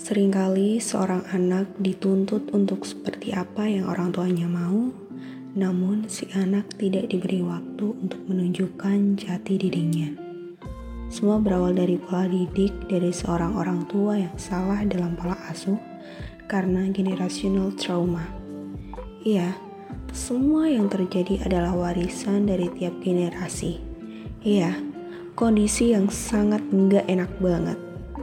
Seringkali seorang anak dituntut untuk seperti apa yang orang tuanya mau, namun si anak tidak diberi waktu untuk menunjukkan jati dirinya. Semua berawal dari pola didik dari seorang orang tua yang salah dalam pola asuh karena generational trauma. Iya, semua yang terjadi adalah warisan dari tiap generasi. Iya, kondisi yang sangat nggak enak banget.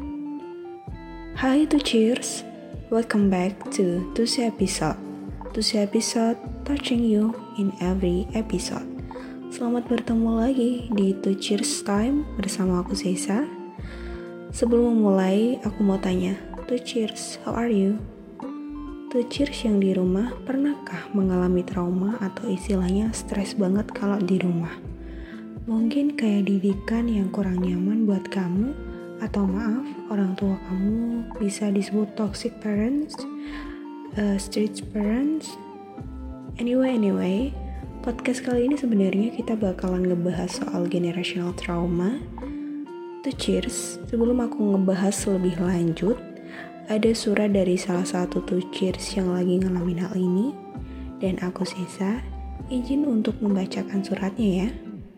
Hi to cheers, welcome back to Tusi episode. Tusi episode touching you in every episode. Selamat bertemu lagi di To Cheers Time bersama aku Seisa. Sebelum memulai, aku mau tanya, To Cheers, how are you? To Cheers yang di rumah, pernahkah mengalami trauma atau istilahnya stres banget kalau di rumah? Mungkin kayak didikan yang kurang nyaman buat kamu, atau maaf, orang tua kamu bisa disebut toxic parents, strict parents. Anyway, podcast kali ini sebenarnya kita bakalan ngebahas soal generational trauma. To cheers, sebelum aku ngebahas lebih lanjut, ada surat dari salah satu to cheers yang lagi ngalamin hal ini, dan aku Sisa, izin untuk membacakan suratnya ya.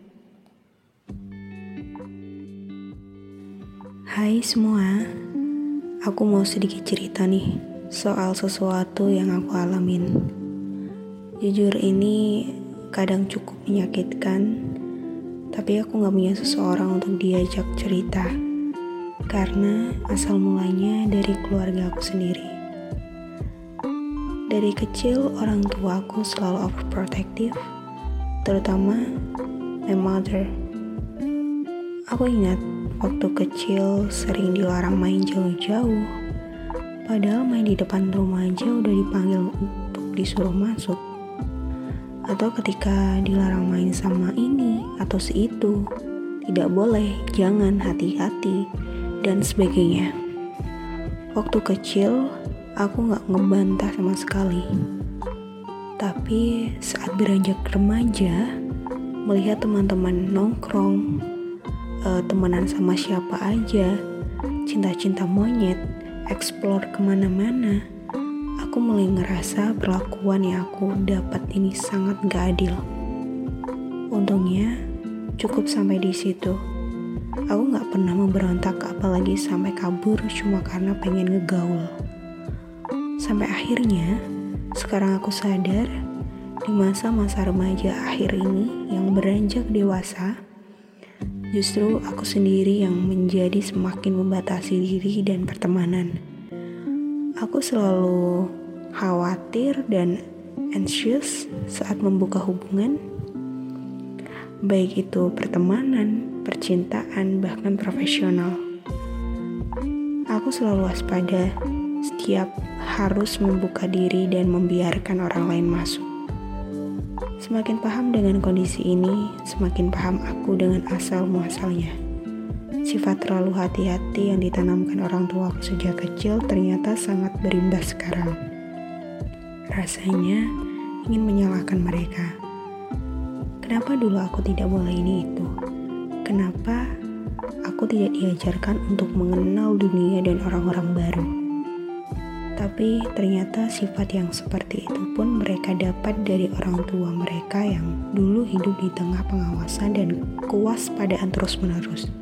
Hai semua, aku mau sedikit cerita nih soal sesuatu yang aku alamin. Jujur ini kadang cukup menyakitkan, tapi aku gak punya seseorang untuk diajak cerita, karena asal mulanya dari keluarga aku sendiri. Dari kecil orang tua aku selalu overprotective, terutama my mother. Aku ingat waktu kecil sering dilarang main jauh-jauh, padahal main di depan rumah aja udah dipanggil untuk disuruh masuk. Atau ketika dilarang main sama ini atau si itu, tidak boleh, jangan, hati-hati, dan sebagainya. Waktu kecil, aku gak ngebantah sama sekali. Tapi saat beranjak remaja, melihat teman-teman nongkrong, temenan sama siapa aja, cinta-cinta monyet, explore kemana-mana, aku mulai ngerasa perlakuan yang aku dapat ini sangat gak adil. Untungnya cukup sampai di situ. Aku gak pernah memberontak, apalagi sampai kabur cuma karena pengen ngegaul. Sampai akhirnya sekarang aku sadar, di masa-masa remaja akhir ini yang beranjak dewasa, justru aku sendiri yang menjadi semakin membatasi diri dan pertemanan. Aku selalu khawatir dan anxious saat membuka hubungan, baik itu pertemanan, percintaan, bahkan profesional. Aku selalu waspada setiap harus membuka diri dan membiarkan orang lain masuk. Semakin paham dengan kondisi ini, semakin paham aku dengan asal-muasalnya. Sifat terlalu hati-hati yang ditanamkan orang tua aku sejak kecil ternyata sangat berimbas sekarang. Rasanya ingin menyalahkan mereka. Kenapa dulu aku tidak boleh ini itu? Kenapa aku tidak diajarkan untuk mengenal dunia dan orang-orang baru? Tapi ternyata sifat yang seperti itu pun mereka dapat dari orang tua mereka yang dulu hidup di tengah pengawasan dan kewaspadaan terus-menerus.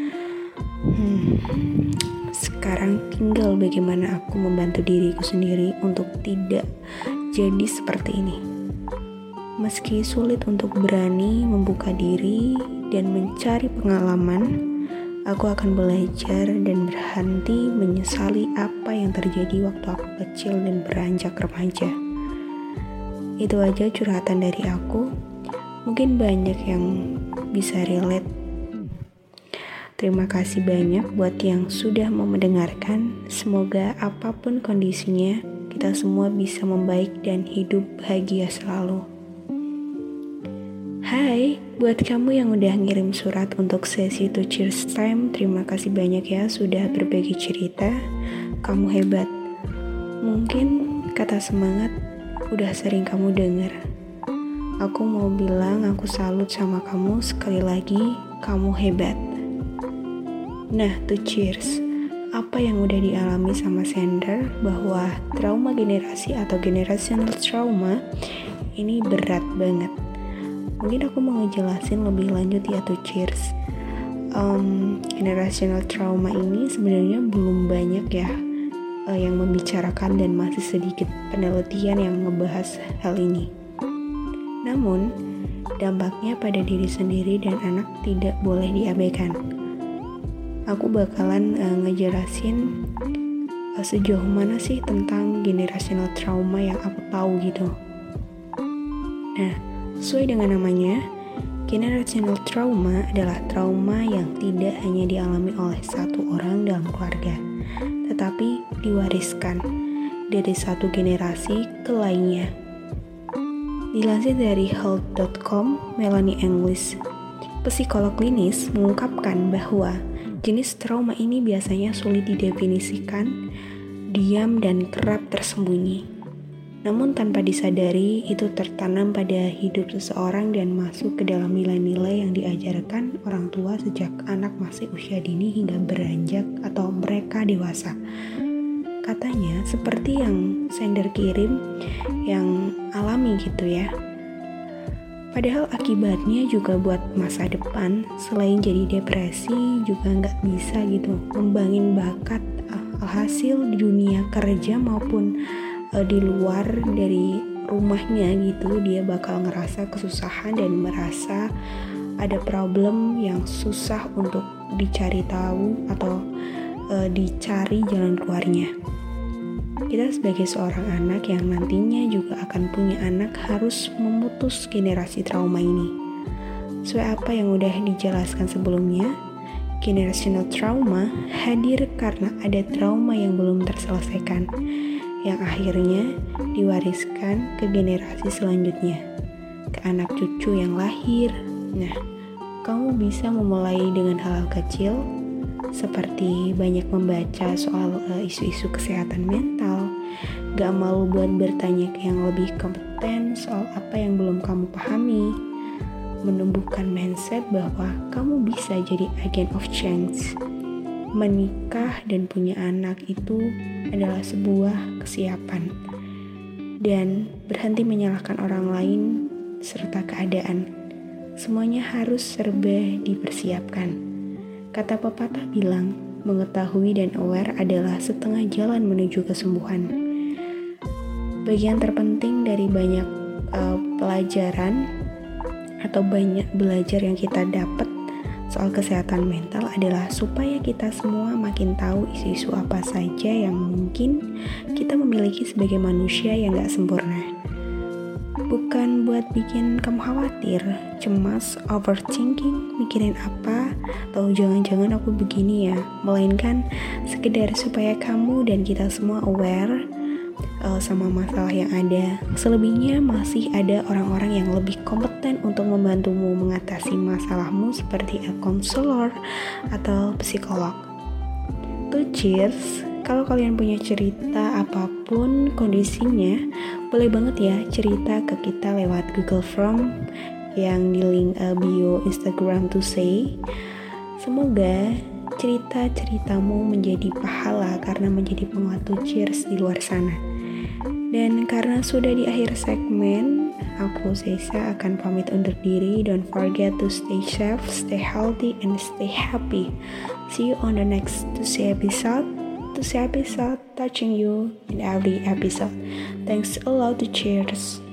Sekarang tinggal bagaimana aku membantu diriku sendiri untuk tidak jadi seperti ini. Meski sulit untuk berani membuka diri dan mencari pengalaman, aku akan belajar dan berhenti menyesali apa yang terjadi waktu aku kecil dan beranjak remaja. Itu aja curhatan dari aku. Mungkin banyak yang bisa relate. Terima kasih banyak buat yang sudah mau mendengarkan. Semoga apapun kondisinya, kita semua bisa membaik dan hidup bahagia selalu. Hai, buat kamu yang udah ngirim surat untuk sesi To Cheers Time, terima kasih banyak ya sudah berbagi cerita. Kamu hebat. Mungkin kata semangat udah sering kamu dengar. Aku mau bilang aku salut sama kamu sekali lagi, kamu hebat. Nah, To Cheers, apa apa yang udah dialami sama Sander, bahwa trauma generasi atau generational trauma ini berat banget. Mungkin aku mau ngejelasin lebih lanjut ya tuh cheers. Generational trauma ini sebenarnya belum banyak ya yang membicarakan, dan masih sedikit penelitian yang ngebahas hal ini. Namun dampaknya pada diri sendiri dan anak tidak boleh diabaikan. Aku bakalan ngejelasin sejauh mana sih tentang generational trauma yang aku tahu gitu. Nah, sesuai dengan namanya, generational trauma adalah trauma yang tidak hanya dialami oleh satu orang dalam keluarga, tetapi diwariskan dari satu generasi ke lainnya. Dilansir dari health.com, Melanie English, psikolog klinis, mengungkapkan bahwa jenis trauma ini biasanya sulit didefinisikan, diam dan kerap tersembunyi. Namun tanpa disadari, itu tertanam pada hidup seseorang dan masuk ke dalam nilai-nilai yang diajarkan orang tua sejak anak masih usia dini hingga beranjak atau mereka dewasa. Katanya seperti yang Sander kirim, yang alami gitu ya. Padahal akibatnya juga buat masa depan, selain jadi depresi juga nggak bisa gitu ngembangin bakat hasil di dunia kerja maupun di luar dari rumahnya gitu. Dia bakal ngerasa kesusahan dan merasa ada problem yang susah untuk dicari tahu atau dicari jalan keluarnya. Kita sebagai seorang anak yang nantinya juga akan punya anak harus memutus generasi trauma ini. Sesuai apa yang udah dijelaskan sebelumnya, generational trauma hadir karena ada trauma yang belum terselesaikan, yang akhirnya diwariskan ke generasi selanjutnya, ke anak cucu yang lahir. Nah, kamu bisa memulai dengan hal-hal kecil, seperti banyak membaca soal isu-isu kesehatan mental, gak malu buat bertanya ke yang lebih kompeten soal apa yang belum kamu pahami, menumbuhkan mindset bahwa kamu bisa jadi agent of change. Menikah dan punya anak itu adalah sebuah kesiapan, dan berhenti menyalahkan orang lain serta keadaan. Semuanya harus serba dipersiapkan. Kata pepatah bilang, mengetahui dan aware adalah setengah jalan menuju kesembuhan. Bagian terpenting dari banyak pelajaran atau banyak belajar yang kita dapat soal kesehatan mental adalah supaya kita semua makin tahu isu-isu apa saja yang mungkin kita memiliki sebagai manusia yang gak sempurna. Bukan buat bikin kamu khawatir, cemas, overthinking, mikirin apa, atau jangan-jangan aku begini ya, melainkan sekedar supaya kamu dan kita semua aware sama masalah yang ada. Selebihnya masih ada orang-orang yang lebih kompeten untuk membantumu mengatasi masalahmu seperti konselor atau psikolog. Tuh cheers! Kalau kalian punya cerita apapun kondisinya, boleh banget ya cerita ke kita lewat Google Form yang di link bio Instagram to say. Semoga cerita-ceritamu menjadi pahala karena menjadi penguat cheers di luar sana. Dan karena sudah di akhir segmen, aku Sesa akan pamit undur diri. Don't forget to stay safe, stay healthy, and stay happy. See you on the next Tuesday episode. Touching you in every episode. Thanks a lot to cheers.